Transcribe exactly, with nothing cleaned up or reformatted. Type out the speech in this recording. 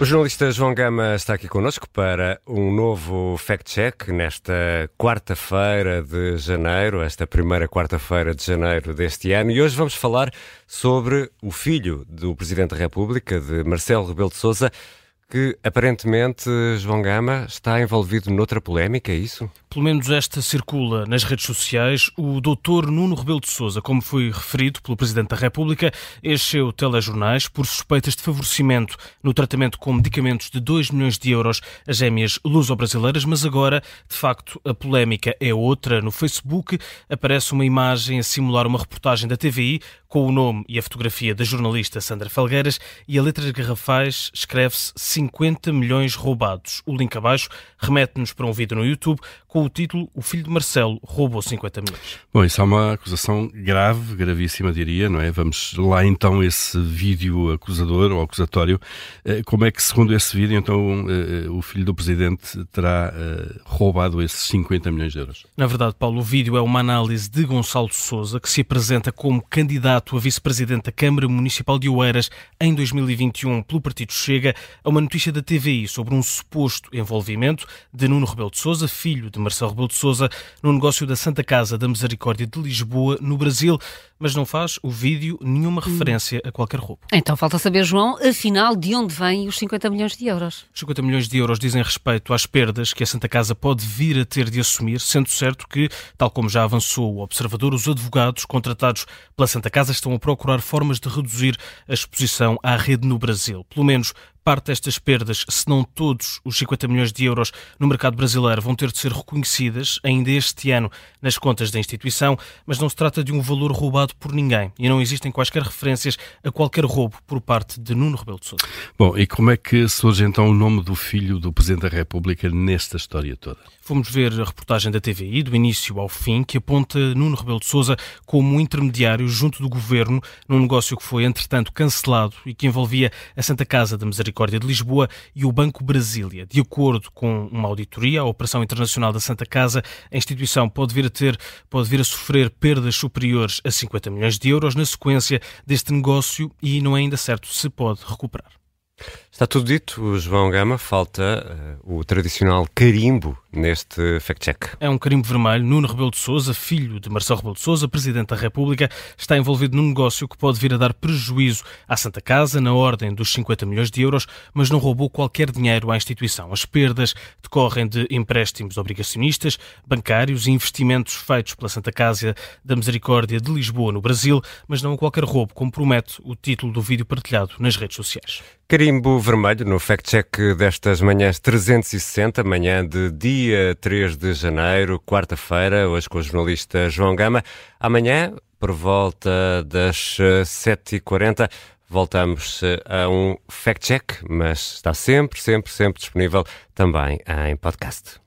jornalista João Gama está aqui connosco para um novo fact-check nesta quarta-feira de janeiro, esta primeira quarta-feira de janeiro deste ano, e hoje vamos falar sobre o filho do Presidente da República, de Marcelo Rebelo de Sousa, que aparentemente, João Gama, está envolvido noutra polémica, é isso? Pelo menos esta circula nas redes sociais. O doutor Nuno Rebelo de Sousa, como foi referido pelo Presidente da República, encheu telejornais por suspeitas de favorecimento no tratamento com medicamentos de dois milhões de euros a gêmeas luso-brasileiras, mas agora, de facto, a polémica é outra. No Facebook aparece uma imagem a simular uma reportagem da T V I com o nome e a fotografia da jornalista Sandra Felgueiras e a letras garrafais escreve-se cinquenta milhões roubados. O link abaixo remete-nos para um vídeo no YouTube com o título "O filho de Marcelo roubou cinquenta milhões". Bom, isso é uma acusação grave, gravíssima, diria, não é? Vamos lá então esse vídeo acusador ou acusatório. Como é que, segundo esse vídeo, então o filho do Presidente terá roubado esses cinquenta milhões de euros? Na verdade, Paulo, o vídeo é uma análise de Gonçalo Sousa, que se apresenta como candidato a vice-presidente da Câmara Municipal de Oeiras em dois mil e vinte e um pelo Partido Chega, a uma notícia da T V I sobre um suposto envolvimento de Nuno Rebelo de Sousa, filho de Marcelo Rebelo de Sousa, no negócio da Santa Casa da Misericórdia de Lisboa, no Brasil, mas não faz o vídeo nenhuma referência a qualquer roubo. Então falta saber, João, afinal, de onde vêm os cinquenta milhões de euros? Os cinquenta milhões de euros dizem respeito às perdas que a Santa Casa pode vir a ter de assumir, sendo certo que, tal como já avançou o Observador, os advogados contratados pela Santa Casa estão a procurar formas de reduzir a exposição à rede no Brasil. Pelo menos parte destas perdas, se não todos os cinquenta milhões de euros no mercado brasileiro, vão ter de ser reconhecidas ainda este ano nas contas da instituição, mas não se trata de um valor roubado por ninguém e não existem quaisquer referências a qualquer roubo por parte de Nuno Rebelo de Sousa. Bom, e como é que surge então o nome do filho do Presidente da República nesta história toda? Fomos ver a reportagem da T V I, do início ao fim, que aponta Nuno Rebelo de Sousa como um intermediário junto do governo num negócio que foi, entretanto, cancelado e que envolvia a Santa Casa da Misericórdia de Lisboa e o Banco Brasília. De acordo com uma auditoria, a Operação Internacional da Santa Casa, a instituição pode vir a ter, pode vir a sofrer perdas superiores a cinquenta milhões de euros na sequência deste negócio e não é ainda certo se pode recuperar. Está tudo dito, João Gama. Falta uh, o tradicional carimbo neste fact-check. É um carimbo vermelho. Nuno Rebelo de Sousa, filho de Marcelo Rebelo de Sousa, Presidente da República, está envolvido num negócio que pode vir a dar prejuízo à Santa Casa, na ordem dos cinquenta milhões de euros, mas não roubou qualquer dinheiro à instituição. As perdas decorrem de empréstimos obrigacionistas, bancários e investimentos feitos pela Santa Casa da Misericórdia de Lisboa, no Brasil, mas não qualquer roubo, como promete o título do vídeo partilhado nas redes sociais. Carimbo vermelho no fact-check destas manhãs trezentos e sessenta, manhã de dia três de janeiro, quarta-feira, hoje com o jornalista João Gama. Amanhã, por volta das sete e quarenta, voltamos a um fact-check, mas está sempre, sempre, sempre disponível também em podcast.